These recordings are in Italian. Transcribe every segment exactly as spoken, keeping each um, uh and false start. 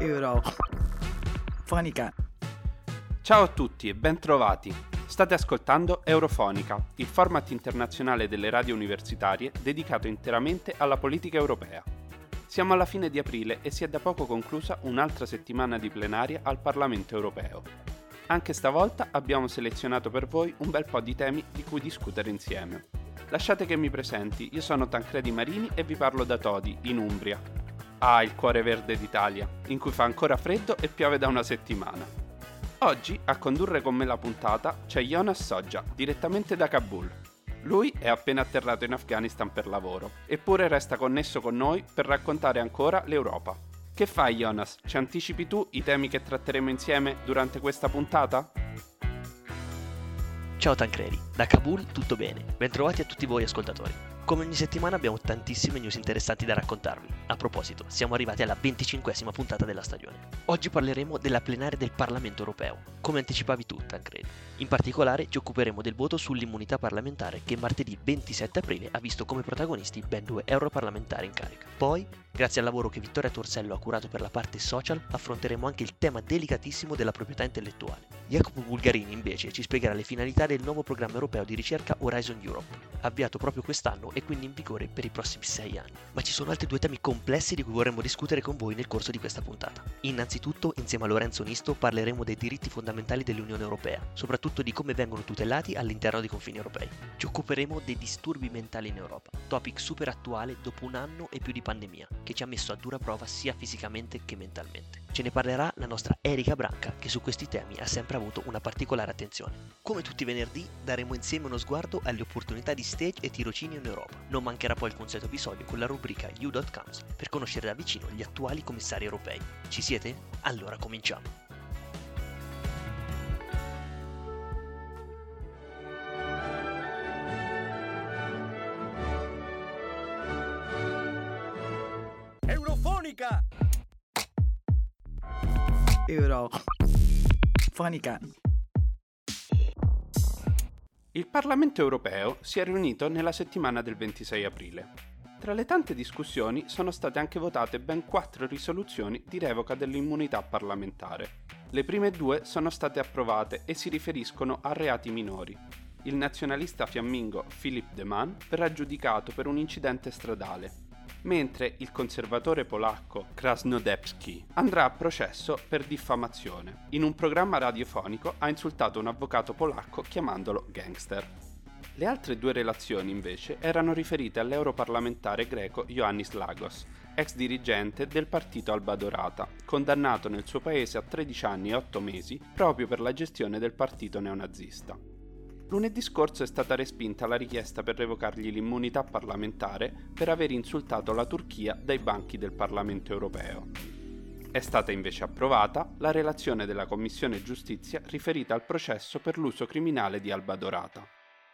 Eurofonica. Ciao a tutti e ben trovati. State ascoltando Eurofonica, il format internazionale delle radio universitarie dedicato interamente alla politica europea. Siamo alla fine di aprile e si è da poco conclusa un'altra settimana di plenaria al Parlamento europeo. Anche stavolta abbiamo selezionato per voi un bel po' di temi di cui discutere insieme. Lasciate che mi presenti, io sono Tancredi Marini e vi parlo da Todi, in Umbria. Ah, il cuore verde d'Italia, in cui fa ancora freddo e piove da una settimana. Oggi a condurre con me la puntata c'è Jonas Soggia, direttamente da Kabul. Lui è appena atterrato in Afghanistan per lavoro, eppure resta connesso con noi per raccontare ancora l'Europa. Che fai, Jonas? Ci anticipi tu i temi che tratteremo insieme durante questa puntata? Ciao Tancredi, da Kabul tutto bene, bentrovati a tutti voi ascoltatori. Come ogni settimana abbiamo tantissime news interessanti da raccontarvi. A proposito, siamo arrivati alla venticinquesima puntata della stagione. Oggi parleremo della plenaria del Parlamento europeo, come anticipavi tu Tancredi. In particolare ci occuperemo del voto sull'immunità parlamentare che martedì ventisette aprile ha visto come protagonisti ben due europarlamentari in carica. Poi, grazie al lavoro che Vittoria Torsello ha curato per la parte social, affronteremo anche il tema delicatissimo della proprietà intellettuale. Jacopo Bulgarini invece ci spiegherà le finalità del nuovo programma europeo di ricerca Horizon Europe, avviato proprio quest'anno e quindi in vigore per i prossimi sei anni. Ma ci sono altri due temi complessi di cui vorremmo discutere con voi nel corso di questa puntata. Innanzitutto, insieme a Lorenzo Nisto, parleremo dei diritti fondamentali dell'Unione Europea, soprattutto di come vengono tutelati all'interno dei confini europei. Ci occuperemo dei disturbi mentali in Europa, topic super attuale dopo un anno e più di pandemia, che ci ha messo a dura prova sia fisicamente che mentalmente. Ce ne parlerà la nostra Erika Branca, che su questi temi ha sempre avuto una particolare attenzione. Come tutti i venerdì, daremo insieme uno sguardo alle opportunità di stage e tirocinio in Europa. Non mancherà poi il consueto episodio con la rubrica You dot Comes per conoscere da vicino gli attuali commissari europei. Ci siete? Allora cominciamo! Eurofonica. Eurofonica. Il Parlamento europeo si è riunito nella settimana del ventisei aprile. Tra le tante discussioni sono state anche votate ben quattro risoluzioni di revoca dell'immunità parlamentare. Le prime due sono state approvate e si riferiscono a reati minori. Il nazionalista fiammingo Filip Deman verrà giudicato per un incidente stradale, mentre il conservatore polacco Krasnodębski andrà a processo per diffamazione. In un programma radiofonico ha insultato un avvocato polacco chiamandolo gangster. Le altre due relazioni invece erano riferite all'europarlamentare greco Ioannis Lagos, ex dirigente del partito Alba Dorata, condannato nel suo paese a tredici anni e otto mesi proprio per la gestione del partito neonazista. Lunedì scorso è stata respinta la richiesta per revocargli l'immunità parlamentare per aver insultato la Turchia dai banchi del Parlamento europeo. È stata invece approvata la relazione della Commissione Giustizia riferita al processo per l'uso criminale di Alba Dorata.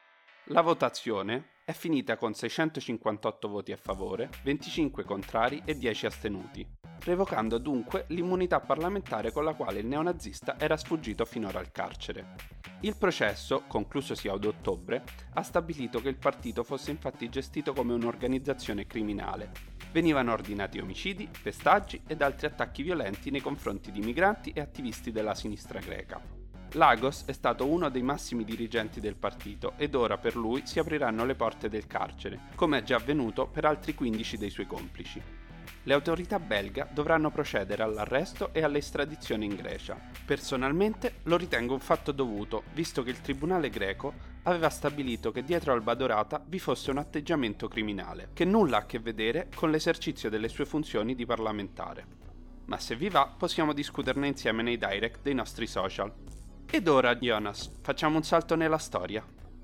La votazione è finita con seicentocinquantotto voti a favore, venticinque contrari e dieci astenuti, revocando dunque l'immunità parlamentare con la quale il neonazista era sfuggito finora al carcere. Il processo, conclusosi ad ottobre, ha stabilito che il partito fosse infatti gestito come un'organizzazione criminale. Venivano ordinati omicidi, pestaggi ed altri attacchi violenti nei confronti di migranti e attivisti della sinistra greca. Lagos è stato uno dei massimi dirigenti del partito ed ora per lui si apriranno le porte del carcere, come è già avvenuto per altri quindici dei suoi complici. Le autorità belga dovranno procedere all'arresto e all'estradizione in Grecia. Personalmente lo ritengo un fatto dovuto, visto che il tribunale greco aveva stabilito che dietro Alba Dorata vi fosse un atteggiamento criminale, che nulla ha a che vedere con l'esercizio delle sue funzioni di parlamentare. Ma se vi va, possiamo discuterne insieme nei direct dei nostri social. Ed ora, Jonas, facciamo un salto nella storia.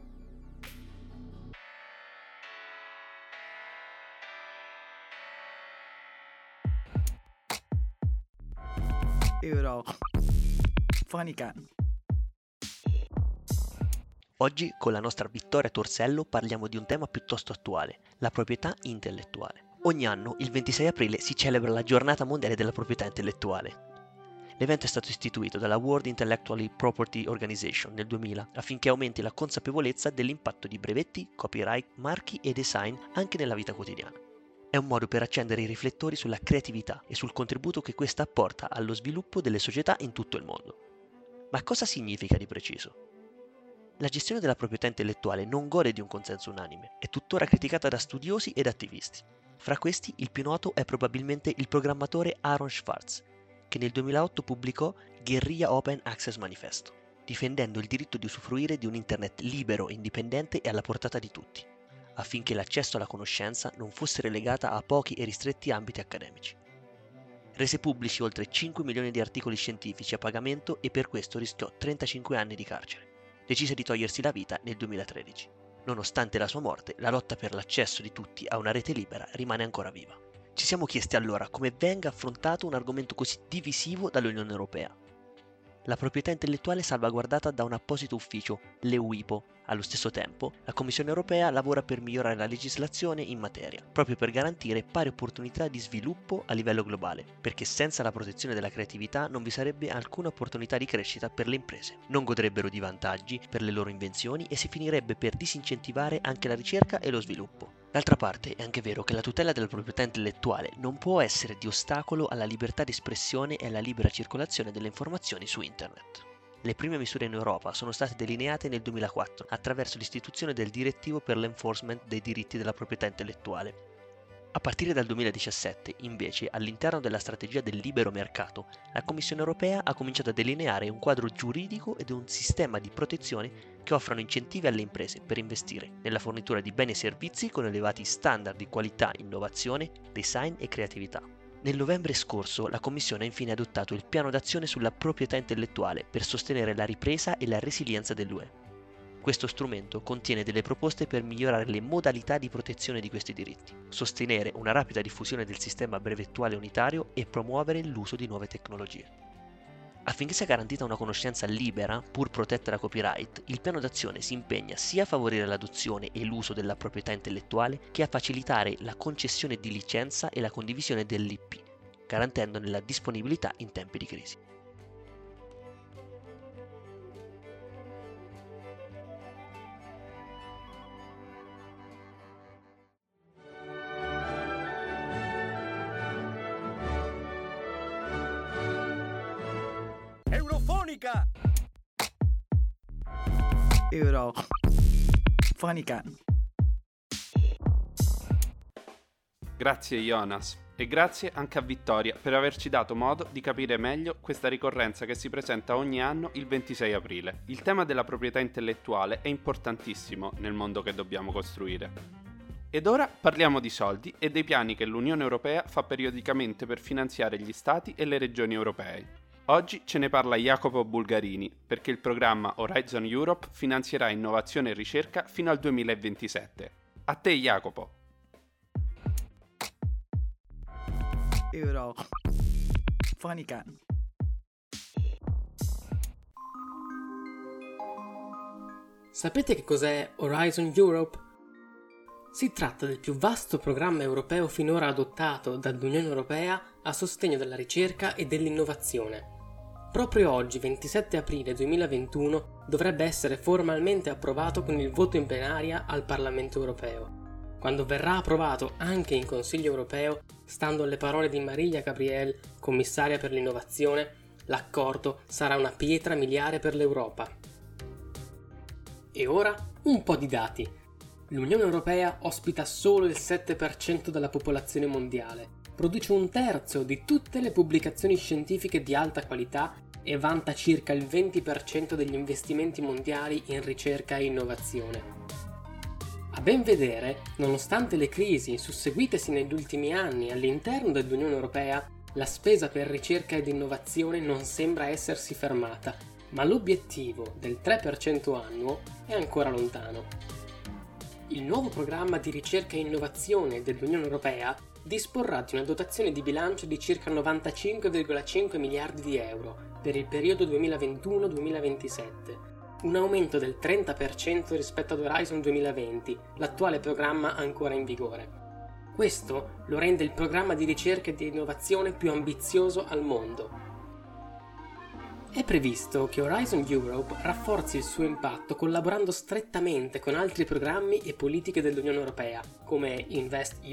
Eurofonica. Oggi con la nostra Vittoria Torsello parliamo di un tema piuttosto attuale, la proprietà intellettuale. Ogni anno, il ventisei aprile, si celebra la giornata mondiale della proprietà intellettuale. L'evento è stato istituito dalla World Intellectual Property Organization nel duemila affinché aumenti la consapevolezza dell'impatto di brevetti, copyright, marchi e design anche nella vita quotidiana. È un modo per accendere i riflettori sulla creatività e sul contributo che questa apporta allo sviluppo delle società in tutto il mondo. Ma cosa significa di preciso? La gestione della proprietà intellettuale non gode di un consenso unanime, è tuttora criticata da studiosi ed attivisti. Fra questi, il più noto è probabilmente il programmatore Aaron Swartz, che nel duemilaotto pubblicò Guerrilla Open Access Manifesto, difendendo il diritto di usufruire di un internet libero, indipendente e alla portata di tutti, affinché l'accesso alla conoscenza non fosse relegata a pochi e ristretti ambiti accademici. Rese pubblici oltre cinque milioni di articoli scientifici a pagamento e per questo rischiò trentacinque anni di carcere. Decise di togliersi la vita nel duemilatredici. Nonostante la sua morte, la lotta per l'accesso di tutti a una rete libera rimane ancora viva. Ci siamo chiesti allora come venga affrontato un argomento così divisivo dall'Unione Europea. La proprietà intellettuale è salvaguardata da un apposito ufficio, l'E U I P O. Allo stesso tempo, la Commissione Europea lavora per migliorare la legislazione in materia, proprio per garantire pari opportunità di sviluppo a livello globale, perché senza la protezione della creatività non vi sarebbe alcuna opportunità di crescita per le imprese. Non godrebbero di vantaggi per le loro invenzioni e si finirebbe per disincentivare anche la ricerca e lo sviluppo. D'altra parte, è anche vero che la tutela della proprietà intellettuale non può essere di ostacolo alla libertà di espressione e alla libera circolazione delle informazioni su Internet. Le prime misure in Europa sono state delineate nel duemilaquattro attraverso l'istituzione del Direttivo per l'Enforcement dei diritti della proprietà intellettuale. A partire dal duemiladiciassette, invece, all'interno della strategia del libero mercato, la Commissione Europea ha cominciato a delineare un quadro giuridico ed un sistema di protezione che offrono incentivi alle imprese per investire nella fornitura di beni e servizi con elevati standard di qualità, innovazione, design e creatività. Nel novembre scorso la Commissione ha infine adottato il piano d'azione sulla proprietà intellettuale per sostenere la ripresa e la resilienza dell'U E. Questo strumento contiene delle proposte per migliorare le modalità di protezione di questi diritti, sostenere una rapida diffusione del sistema brevettuale unitario e promuovere l'uso di nuove tecnologie. Affinché sia garantita una conoscenza libera, pur protetta da copyright, il piano d'azione si impegna sia a favorire l'adozione e l'uso della proprietà intellettuale che a facilitare la concessione di licenza e la condivisione dell'I P, garantendone la disponibilità in tempi di crisi. Eurofonica! Eurofonica. Grazie Jonas e grazie anche a Vittoria per averci dato modo di capire meglio questa ricorrenza che si presenta ogni anno il ventisei aprile. Il tema della proprietà intellettuale è importantissimo nel mondo che dobbiamo costruire. Ed ora parliamo di soldi e dei piani che l'Unione Europea fa periodicamente per finanziare gli Stati e le regioni europee. Oggi ce ne parla Jacopo Bulgarini, perché il programma Horizon Europe finanzierà innovazione e ricerca fino al duemilaventisette. A te Jacopo! Eurofonica. Sapete che cos'è Horizon Europe? Si tratta del più vasto programma europeo finora adottato dall'Unione Europea a sostegno della ricerca e dell'innovazione. Proprio oggi, ventisette aprile duemilaventuno, dovrebbe essere formalmente approvato con il voto in plenaria al Parlamento Europeo. Quando verrà approvato anche in Consiglio Europeo, stando alle parole di Mariya Gabriel, commissaria per l'innovazione, l'accordo sarà una pietra miliare per l'Europa. E ora un po' di dati. L'Unione Europea ospita solo il sette per cento della popolazione mondiale, produce un terzo di tutte le pubblicazioni scientifiche di alta qualità e vanta circa il venti per cento degli investimenti mondiali in ricerca e innovazione. A ben vedere, nonostante le crisi susseguitesi negli ultimi anni all'interno dell'Unione Europea, la spesa per ricerca ed innovazione non sembra essersi fermata, ma l'obiettivo del tre per cento annuo è ancora lontano. Il nuovo programma di ricerca e innovazione dell'Unione Europea disporrà di una dotazione di bilancio di circa novantacinque virgola cinque miliardi di euro per il periodo duemilaventuno duemilaventisette, un aumento del trenta per cento rispetto ad Horizon duemilaventi, l'attuale programma ancora in vigore. Questo lo rende il programma di ricerca e di innovazione più ambizioso al mondo. È previsto che Horizon Europe rafforzi il suo impatto collaborando strettamente con altri programmi e politiche dell'Unione Europea, come InvestEU,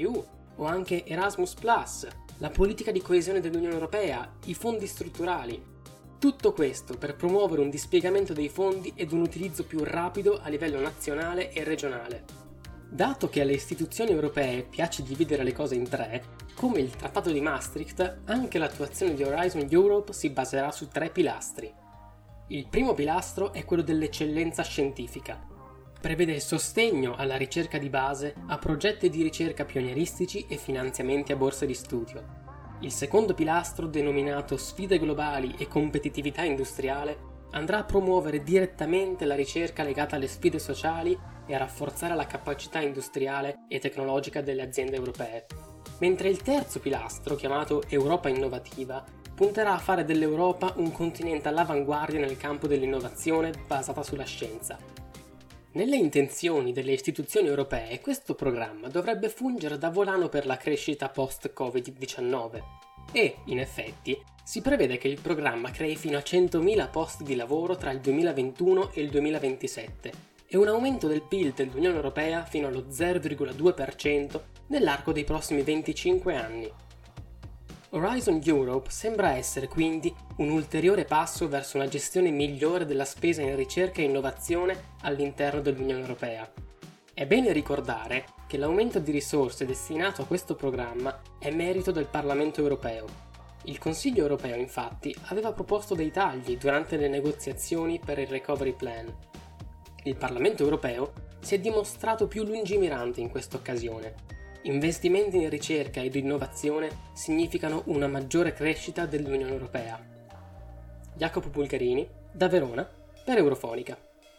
o anche Erasmus plus, la politica di coesione dell'Unione Europea, i fondi strutturali. Tutto questo per promuovere un dispiegamento dei fondi ed un utilizzo più rapido a livello nazionale e regionale. Dato che alle istituzioni europee piace dividere le cose in tre, come il Trattato di Maastricht, anche l'attuazione di Horizon Europe si baserà su tre pilastri. Il primo pilastro è quello dell'eccellenza scientifica. Prevede il sostegno alla ricerca di base, a progetti di ricerca pionieristici e finanziamenti a borse di studio. Il secondo pilastro, denominato Sfide globali e competitività industriale, andrà a promuovere direttamente la ricerca legata alle sfide sociali e a rafforzare la capacità industriale e tecnologica delle aziende europee. Mentre il terzo pilastro, chiamato Europa innovativa, punterà a fare dell'Europa un continente all'avanguardia nel campo dell'innovazione basata sulla scienza. Nelle intenzioni delle istituzioni europee, questo programma dovrebbe fungere da volano per la crescita post-covid diciannove e, in effetti, si prevede che il programma crei fino a centomila posti di lavoro tra il duemilaventuno e il duemilaventisette e un aumento del P I L dell'Unione Europea fino allo zero virgola due per cento nell'arco dei prossimi venticinque anni. Horizon Europe sembra essere quindi un ulteriore passo verso una gestione migliore della spesa in ricerca e innovazione all'interno dell'Unione Europea. È bene ricordare che l'aumento di risorse destinato a questo programma è merito del Parlamento Europeo. Il Consiglio Europeo, infatti, aveva proposto dei tagli durante le negoziazioni per il Recovery Plan. Il Parlamento Europeo si è dimostrato più lungimirante in questa occasione. Investimenti in ricerca ed innovazione significano una maggiore crescita dell'Unione Europea. Jacopo Bulgarini, da Verona, per Eurofonica.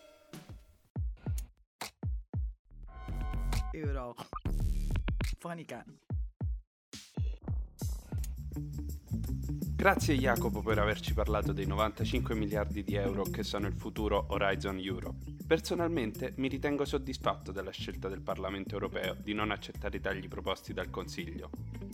Eurofonica. Grazie Jacopo per averci parlato dei novantacinque miliardi di euro che sono il futuro Horizon Europe. Personalmente mi ritengo soddisfatto della scelta del Parlamento Europeo di non accettare i tagli proposti dal Consiglio.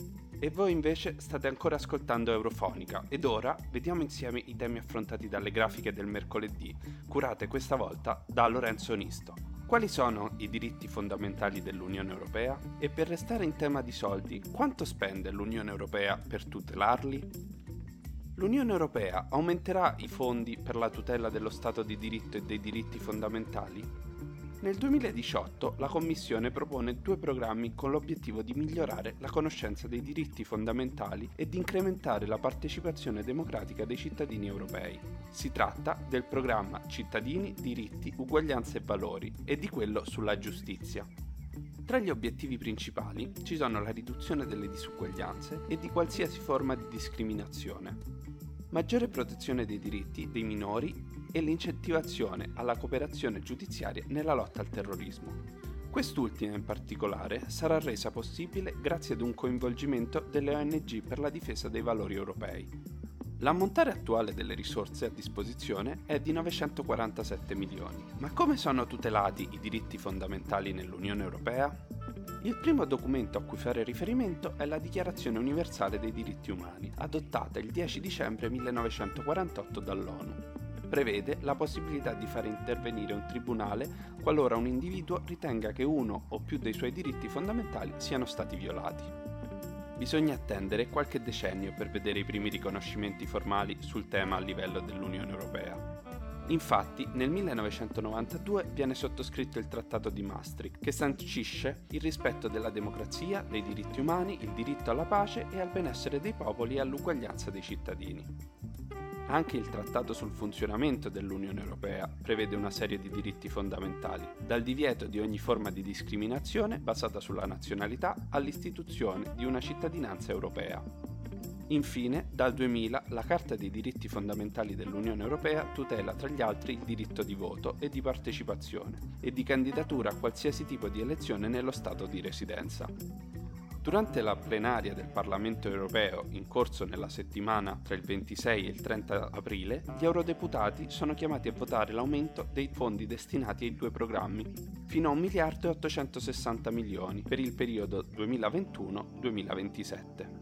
E voi invece state ancora ascoltando Eurofonica ed ora vediamo insieme i temi affrontati dalle grafiche del mercoledì, curate questa volta da Lorenzo Nisto. Quali sono i diritti fondamentali dell'Unione Europea? E per restare in tema di soldi, quanto spende l'Unione Europea per tutelarli? L'Unione Europea aumenterà i fondi per la tutela dello Stato di diritto e dei diritti fondamentali? Nel duemiladiciotto la Commissione propone due programmi con l'obiettivo di migliorare la conoscenza dei diritti fondamentali e di incrementare la partecipazione democratica dei cittadini europei. Si tratta del programma Cittadini, diritti, uguaglianza e valori e di quello sulla giustizia. Tra gli obiettivi principali ci sono la riduzione delle disuguaglianze e di qualsiasi forma di discriminazione, maggiore protezione dei diritti dei minori e l'incentivazione alla cooperazione giudiziaria nella lotta al terrorismo. Quest'ultima in particolare sarà resa possibile grazie ad un coinvolgimento delle O N G per la difesa dei valori europei. L'ammontare attuale delle risorse a disposizione è di novecentoquarantasette milioni. Ma come sono tutelati i diritti fondamentali nell'Unione Europea? Il primo documento a cui fare riferimento è la Dichiarazione Universale dei Diritti Umani, adottata il dieci dicembre millenovecentoquarantotto dall'ONU. Prevede la possibilità di fare intervenire un tribunale qualora un individuo ritenga che uno o più dei suoi diritti fondamentali siano stati violati. Bisogna attendere qualche decennio per vedere i primi riconoscimenti formali sul tema a livello dell'Unione Europea. Infatti, nel millenovecentonovantadue viene sottoscritto il Trattato di Maastricht, che sancisce il rispetto della democrazia, dei diritti umani, il diritto alla pace e al benessere dei popoli e all'uguaglianza dei cittadini. Anche il Trattato sul funzionamento dell'Unione Europea prevede una serie di diritti fondamentali, dal divieto di ogni forma di discriminazione basata sulla nazionalità all'istituzione di una cittadinanza europea. Infine, dal duemila, la Carta dei diritti fondamentali dell'Unione Europea tutela tra gli altri il diritto di voto e di partecipazione e di candidatura a qualsiasi tipo di elezione nello Stato di residenza. Durante la plenaria del Parlamento Europeo in corso nella settimana tra il ventisei e il trenta aprile, gli eurodeputati sono chiamati a votare l'aumento dei fondi destinati ai due programmi, fino a un miliardo e ottocentosessanta milioni per il periodo duemilaventuno duemilaventisette.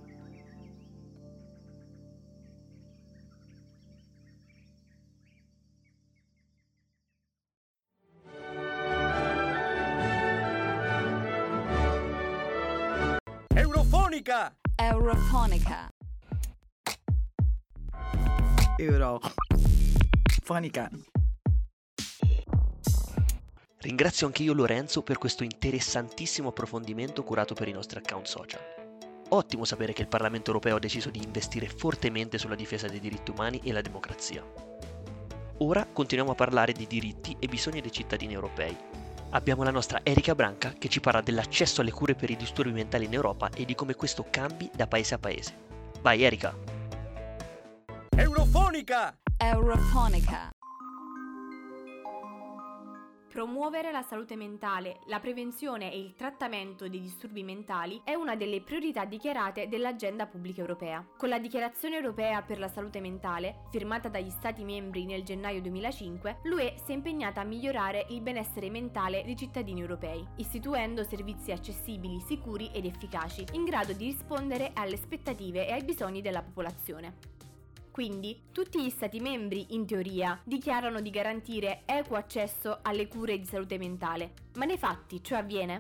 Eurofonica! Eurofonica. Eurofonica. Ringrazio anche io Lorenzo per questo interessantissimo approfondimento curato per i nostri account social. Ottimo sapere che il Parlamento europeo ha deciso di investire fortemente sulla difesa dei diritti umani e la democrazia. Ora continuiamo a parlare di diritti e bisogni dei cittadini europei. Abbiamo la nostra Erika Branca che ci parla dell'accesso alle cure per i disturbi mentali in Europa e di come questo cambi da paese a paese. Vai Erika! Eurofonica! Eurofonica. Promuovere la salute mentale, la prevenzione e il trattamento dei disturbi mentali è una delle priorità dichiarate dell'agenda pubblica europea. Con la Dichiarazione europea per la salute mentale, firmata dagli Stati membri nel gennaio duemilacinque, l'U E si è impegnata a migliorare il benessere mentale dei cittadini europei, istituendo servizi accessibili, sicuri ed efficaci, in grado di rispondere alle aspettative e ai bisogni della popolazione. Quindi, tutti gli Stati membri, in teoria, dichiarano di garantire equo accesso alle cure di salute mentale, ma nei fatti ciò avviene?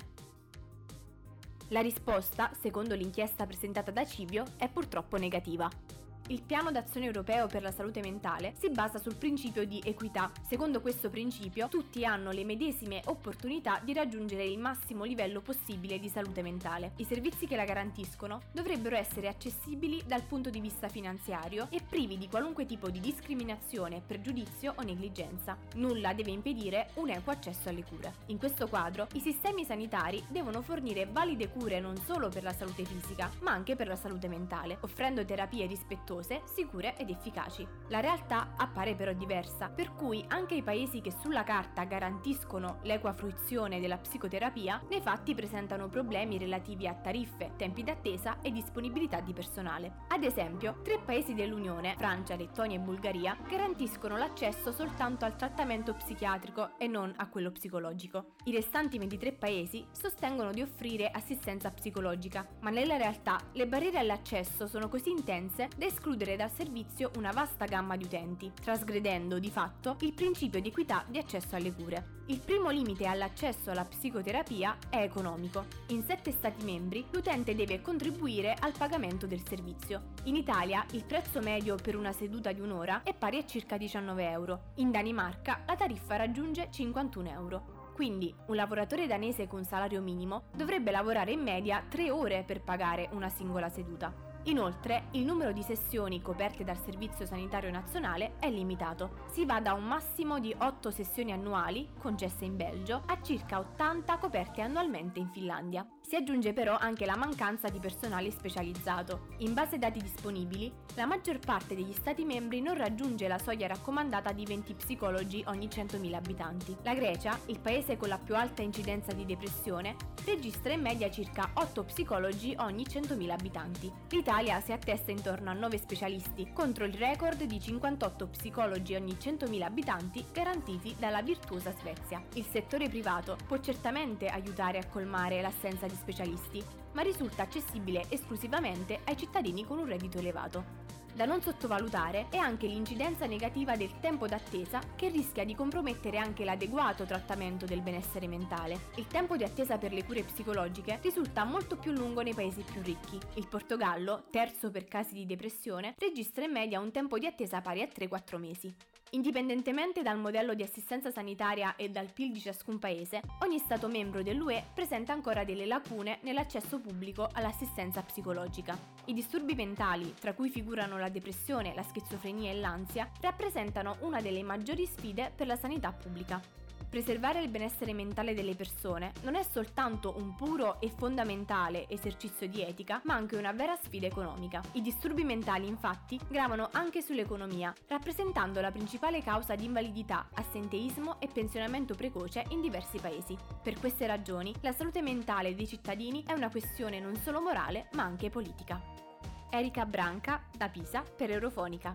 La risposta, secondo l'inchiesta presentata da Civio, è purtroppo negativa. Il piano d'azione europeo per la salute mentale si basa sul principio di equità. Secondo questo principio, tutti hanno le medesime opportunità di raggiungere il massimo livello possibile di salute mentale. I servizi che la garantiscono dovrebbero essere accessibili dal punto di vista finanziario e privi di qualunque tipo di discriminazione, pregiudizio o negligenza. Nulla deve impedire un equo accesso alle cure. In questo quadro, i sistemi sanitari devono fornire valide cure non solo per la salute fisica, ma anche per la salute mentale, offrendo terapie rispettose, sicure ed efficaci. La realtà appare però diversa, per cui anche i paesi che sulla carta garantiscono l'equa fruizione della psicoterapia, nei fatti presentano problemi relativi a tariffe, tempi d'attesa e disponibilità di personale. Ad esempio, tre paesi dell'Unione, Francia, Lettonia e Bulgaria, garantiscono l'accesso soltanto al trattamento psichiatrico e non a quello psicologico. I restanti ventitré paesi sostengono di offrire assistenza psicologica, ma nella realtà le barriere all'accesso sono così intense da escludere dal servizio una vasta gamma di utenti, trasgredendo di fatto il principio di equità di accesso alle cure. Il primo limite all'accesso alla psicoterapia è economico. In sette Stati membri l'utente deve contribuire al pagamento del servizio. In Italia il prezzo medio per una seduta di un'ora è pari a circa diciannove euro. In Danimarca la tariffa raggiunge cinquantuno euro. Quindi un lavoratore danese con salario minimo dovrebbe lavorare in media tre ore per pagare una singola seduta. Inoltre, il numero di sessioni coperte dal Servizio Sanitario Nazionale è limitato. Si va da un massimo di otto sessioni annuali, concesse in Belgio, a circa ottanta coperte annualmente in Finlandia. Si aggiunge però anche la mancanza di personale specializzato. In base ai dati disponibili, la maggior parte degli Stati membri non raggiunge la soglia raccomandata di venti psicologi ogni centomila abitanti. La Grecia, il paese con la più alta incidenza di depressione, registra in media circa otto psicologi ogni centomila abitanti. L'Italia si attesta intorno a nove specialisti, contro il record di cinquantotto psicologi ogni centomila abitanti garantiti dalla virtuosa Svezia. Il settore privato può certamente aiutare a colmare l'assenza di specialisti, ma risulta accessibile esclusivamente ai cittadini con un reddito elevato. Da non sottovalutare è anche l'incidenza negativa del tempo d'attesa, che rischia di compromettere anche l'adeguato trattamento del benessere mentale. Il tempo di attesa per le cure psicologiche risulta molto più lungo nei paesi più ricchi. Il Portogallo, terzo per casi di depressione, registra in media un tempo di attesa pari a tre quattro mesi. Indipendentemente dal modello di assistenza sanitaria e dal P I L di ciascun paese, ogni Stato membro dell'U E presenta ancora delle lacune nell'accesso pubblico all'assistenza psicologica. I disturbi mentali, tra cui figurano la depressione, la schizofrenia e l'ansia, rappresentano una delle maggiori sfide per la sanità pubblica. Preservare il benessere mentale delle persone non è soltanto un puro e fondamentale esercizio di etica, ma anche una vera sfida economica. I disturbi mentali, infatti, gravano anche sull'economia, rappresentando la principale causa di invalidità, assenteismo e pensionamento precoce in diversi paesi. Per queste ragioni, la salute mentale dei cittadini è una questione non solo morale, ma anche politica. Erika Branca, da Pisa, per Eurofonica.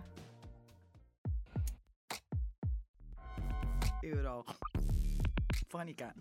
Eurofonica.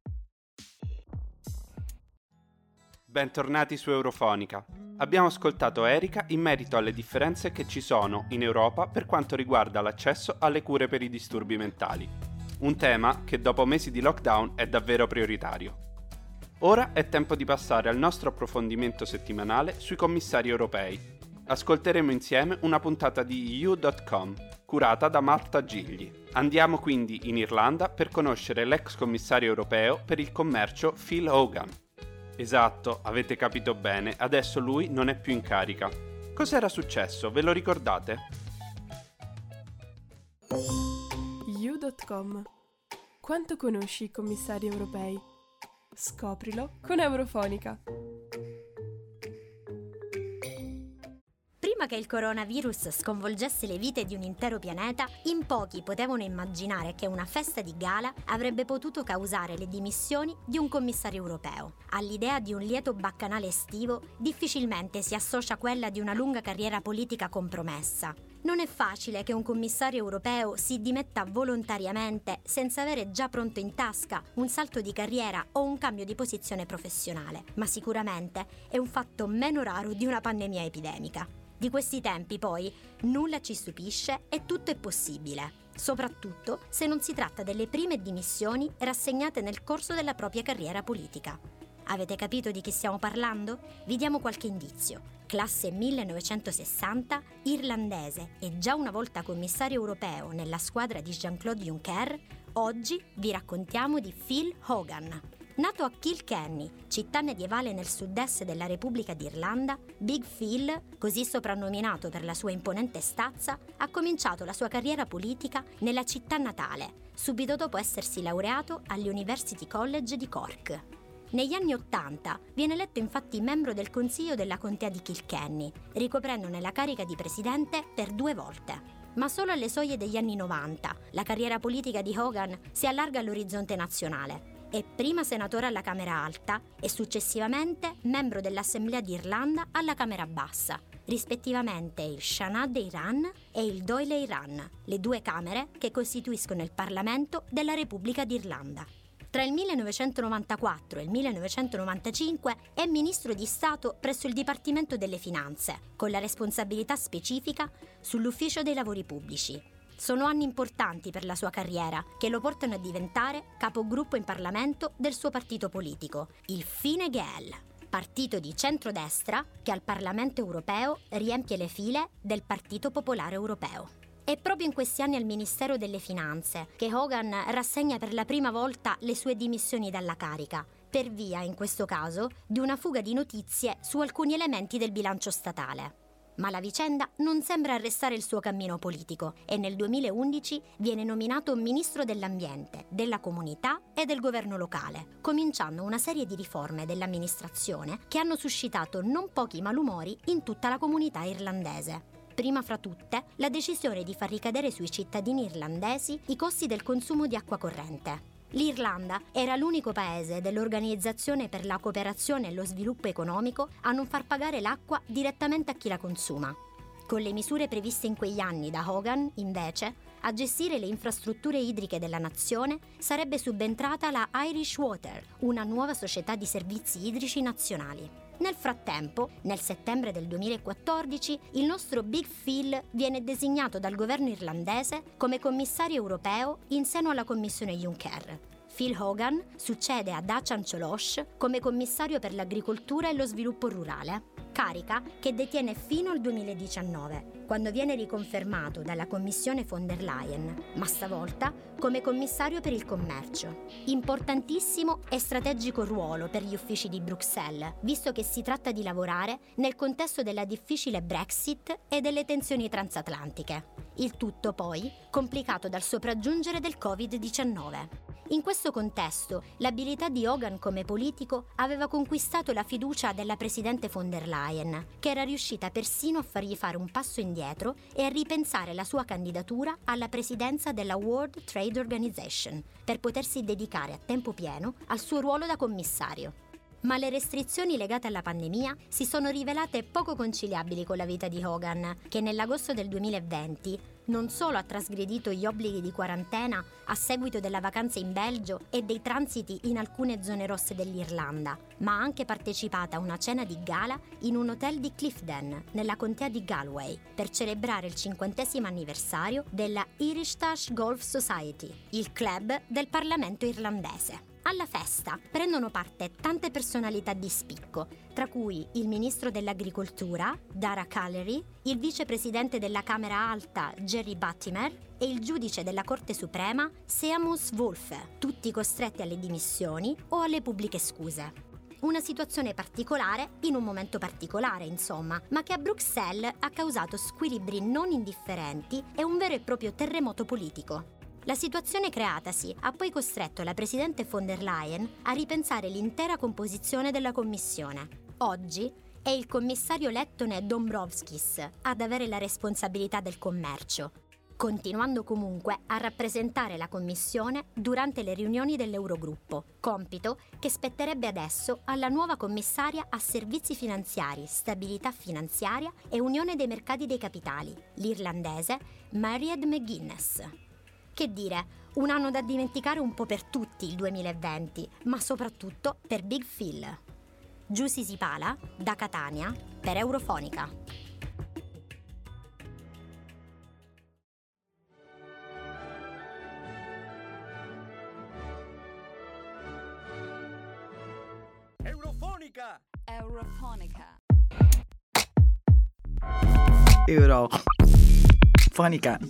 Bentornati su Eurofonica. Abbiamo ascoltato Erika in merito alle differenze che ci sono in Europa per quanto riguarda l'accesso alle cure per i disturbi mentali. Un tema che dopo mesi di lockdown è davvero prioritario. Ora è tempo di passare al nostro approfondimento settimanale sui commissari europei. Ascolteremo insieme una puntata di E U punto com, curata da Marta Gigli. Andiamo quindi in Irlanda per conoscere l'ex commissario europeo per il commercio Phil Hogan. Esatto, avete capito bene, adesso lui non è più in carica. Cos'era successo, ve lo ricordate? E U punto com. Quanto conosci i commissari europei? Scoprilo con Eurofonica. Prima che il coronavirus sconvolgesse le vite di un intero pianeta, in pochi potevano immaginare che una festa di gala avrebbe potuto causare le dimissioni di un commissario europeo. All'idea di un lieto baccanale estivo difficilmente si associa quella di una lunga carriera politica compromessa. Non è facile che un commissario europeo si dimetta volontariamente senza avere già pronto in tasca un salto di carriera o un cambio di posizione professionale, ma sicuramente è un fatto meno raro di una pandemia epidemica. Di questi tempi, poi, nulla ci stupisce e tutto è possibile, soprattutto se non si tratta delle prime dimissioni rassegnate nel corso della propria carriera politica. Avete capito di chi stiamo parlando? Vi diamo qualche indizio. Classe millenovecentosessanta, irlandese e già una volta commissario europeo nella squadra di Jean-Claude Juncker, oggi vi raccontiamo di Phil Hogan. Nato a Kilkenny, città medievale nel sud-est della Repubblica d'Irlanda, Big Phil, così soprannominato per la sua imponente stazza, ha cominciato la sua carriera politica nella città natale, subito dopo essersi laureato all'University College di Cork. Negli anni Ottanta viene eletto infatti membro del Consiglio della Contea di Kilkenny, ricoprendone la carica di presidente per due volte. Ma solo alle soglie degli anni novanta la carriera politica di Hogan si allarga all'orizzonte nazionale. È prima senatore alla Camera Alta e successivamente membro dell'Assemblea d'Irlanda alla Camera Bassa, rispettivamente il Seanad Éireann e il Dáil Éireann, le due camere che costituiscono il Parlamento della Repubblica d'Irlanda. Tra il millenovecentonovantaquattro e il millenovecentonovantacinque è ministro di Stato presso il Dipartimento delle Finanze, con la responsabilità specifica sull'Ufficio dei Lavori Pubblici. Sono anni importanti per la sua carriera, che lo portano a diventare capogruppo in Parlamento del suo partito politico, il Fine Gael, partito di centrodestra che al Parlamento europeo riempie le file del Partito Popolare Europeo. È proprio in questi anni al Ministero delle Finanze che Hogan rassegna per la prima volta le sue dimissioni dalla carica, per via, in questo caso, di una fuga di notizie su alcuni elementi del bilancio statale. Ma la vicenda non sembra arrestare il suo cammino politico e nel duemilaundici viene nominato Ministro dell'Ambiente, della Comunità e del Governo locale, cominciando una serie di riforme dell'amministrazione che hanno suscitato non pochi malumori in tutta la comunità irlandese. Prima fra tutte, la decisione di far ricadere sui cittadini irlandesi i costi del consumo di acqua corrente. L'Irlanda era l'unico paese dell'Organizzazione per la cooperazione e lo sviluppo economico a non far pagare l'acqua direttamente a chi la consuma. Con le misure previste in quegli anni da Hogan, invece, a gestire le infrastrutture idriche della nazione sarebbe subentrata la Irish Water, una nuova società di servizi idrici nazionali. Nel frattempo, nel settembre del duemilaquattordici, il nostro Big Phil viene designato dal governo irlandese come commissario europeo in seno alla Commissione Juncker. Phil Hogan succede a Dacian Cioloș come commissario per l'agricoltura e lo sviluppo rurale, carica che detiene fino al duemiladiciannove, quando viene riconfermato dalla Commissione von der Leyen, ma stavolta come commissario per il commercio. Importantissimo e strategico ruolo per gli uffici di Bruxelles, visto che si tratta di lavorare nel contesto della difficile Brexit e delle tensioni transatlantiche. Il tutto poi complicato dal sopraggiungere del covid diciannove. In questo contesto, l'abilità di Hogan come politico aveva conquistato la fiducia della presidente von der Leyen, che era riuscita persino a fargli fare un passo indietro e a ripensare la sua candidatura alla presidenza della World Trade Organization, per potersi dedicare a tempo pieno al suo ruolo da commissario. Ma le restrizioni legate alla pandemia si sono rivelate poco conciliabili con la vita di Hogan, che nell'agosto del duemilaventi non solo ha trasgredito gli obblighi di quarantena a seguito della vacanza in Belgio e dei transiti in alcune zone rosse dell'Irlanda, ma ha anche partecipato a una cena di gala in un hotel di Clifden, nella contea di Galway, per celebrare il cinquantesimo anniversario della Irish Tash Golf Society, il club del Parlamento irlandese. Alla festa prendono parte tante personalità di spicco, tra cui il ministro dell'Agricoltura, Dara Callery, il vicepresidente della Camera Alta, Jerry Buttimer, e il giudice della Corte Suprema, Seamus Wolfe, tutti costretti alle dimissioni o alle pubbliche scuse. Una situazione particolare in un momento particolare, insomma, ma che a Bruxelles ha causato squilibri non indifferenti e un vero e proprio terremoto politico. La situazione creatasi ha poi costretto la presidente von der Leyen a ripensare l'intera composizione della commissione. Oggi è il commissario lettone Dombrovskis ad avere la responsabilità del commercio, continuando comunque a rappresentare la Commissione durante le riunioni dell'Eurogruppo, compito che spetterebbe adesso alla nuova commissaria a servizi finanziari, stabilità finanziaria e unione dei mercati dei capitali, l'irlandese Mairead McGuinness. Che dire, un anno da dimenticare un po' per tutti il duemilaventi, ma soprattutto per Big Phil. Giusy Sipala, da Catania, per Eurofonica. Eurofonica. Eurofonica. Eurofonica.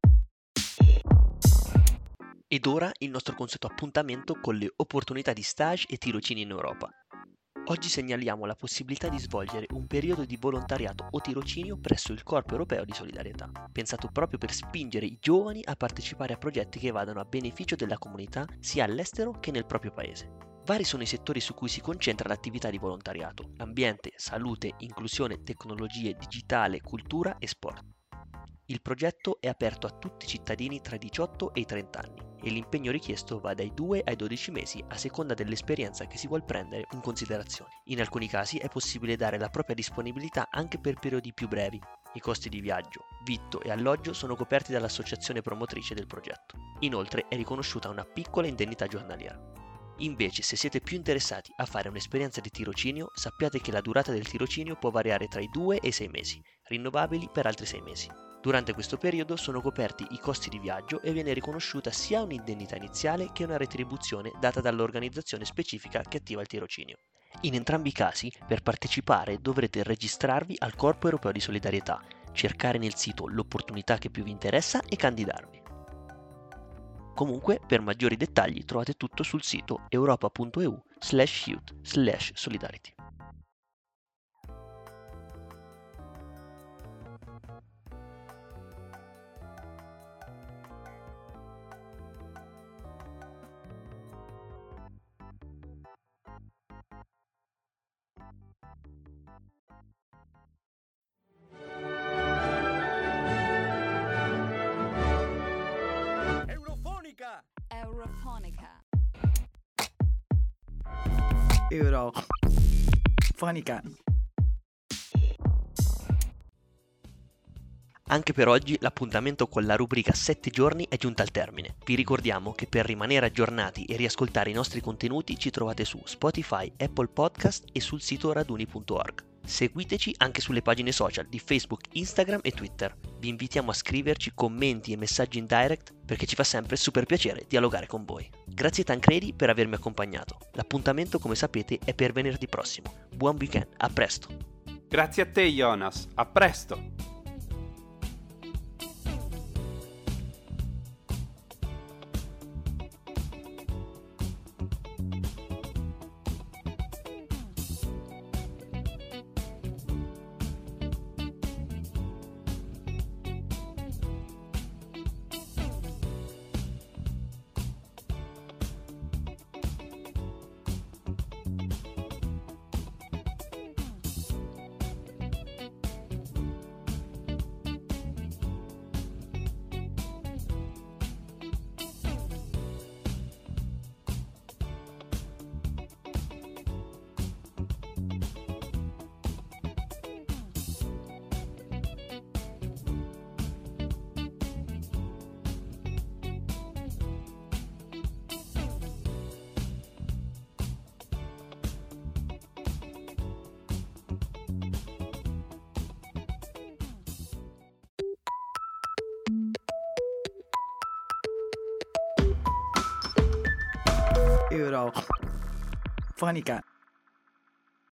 Ed ora il nostro consueto appuntamento con le opportunità di stage e tirocini in Europa. Oggi segnaliamo la possibilità di svolgere un periodo di volontariato o tirocinio presso il Corpo Europeo di Solidarietà, pensato proprio per spingere i giovani a partecipare a progetti che vadano a beneficio della comunità sia all'estero che nel proprio paese. Vari sono i settori su cui si concentra l'attività di volontariato: ambiente, salute, inclusione, tecnologie, digitale, cultura e sport. Il progetto è aperto a tutti i cittadini tra i diciotto e i trenta anni e l'impegno richiesto va dai due ai dodici mesi a seconda dell'esperienza che si vuol prendere in considerazione. In alcuni casi è possibile dare la propria disponibilità anche per periodi più brevi. I costi di viaggio, vitto e alloggio sono coperti dall'associazione promotrice del progetto. Inoltre è riconosciuta una piccola indennità giornaliera. Invece, se siete più interessati a fare un'esperienza di tirocinio, sappiate che la durata del tirocinio può variare tra i due e i sei mesi, rinnovabili per altri sei mesi. Durante questo periodo sono coperti i costi di viaggio e viene riconosciuta sia un'indennità iniziale che una retribuzione data dall'organizzazione specifica che attiva il tirocinio. In entrambi i casi, per partecipare dovrete registrarvi al Corpo Europeo di Solidarietà, cercare nel sito l'opportunità che più vi interessa e candidarvi. Comunque, per maggiori dettagli trovate tutto sul sito europa.eu slash youth slash solidarity. Eurofonica. Eurofonica. Anche per oggi l'appuntamento con la rubrica sette giorni è giunta al termine. Vi ricordiamo che per rimanere aggiornati e riascoltare i nostri contenuti ci trovate su Spotify, Apple Podcast e sul sito raduni punto org. Seguiteci anche sulle pagine social di Facebook, Instagram e Twitter. Vi invitiamo a scriverci commenti e messaggi in direct perché ci fa sempre super piacere dialogare con voi. Grazie Tancredi per avermi accompagnato. L'appuntamento, come sapete, è per venerdì prossimo. Buon weekend, a presto. Grazie a te Jonas, a presto! Eurofonica.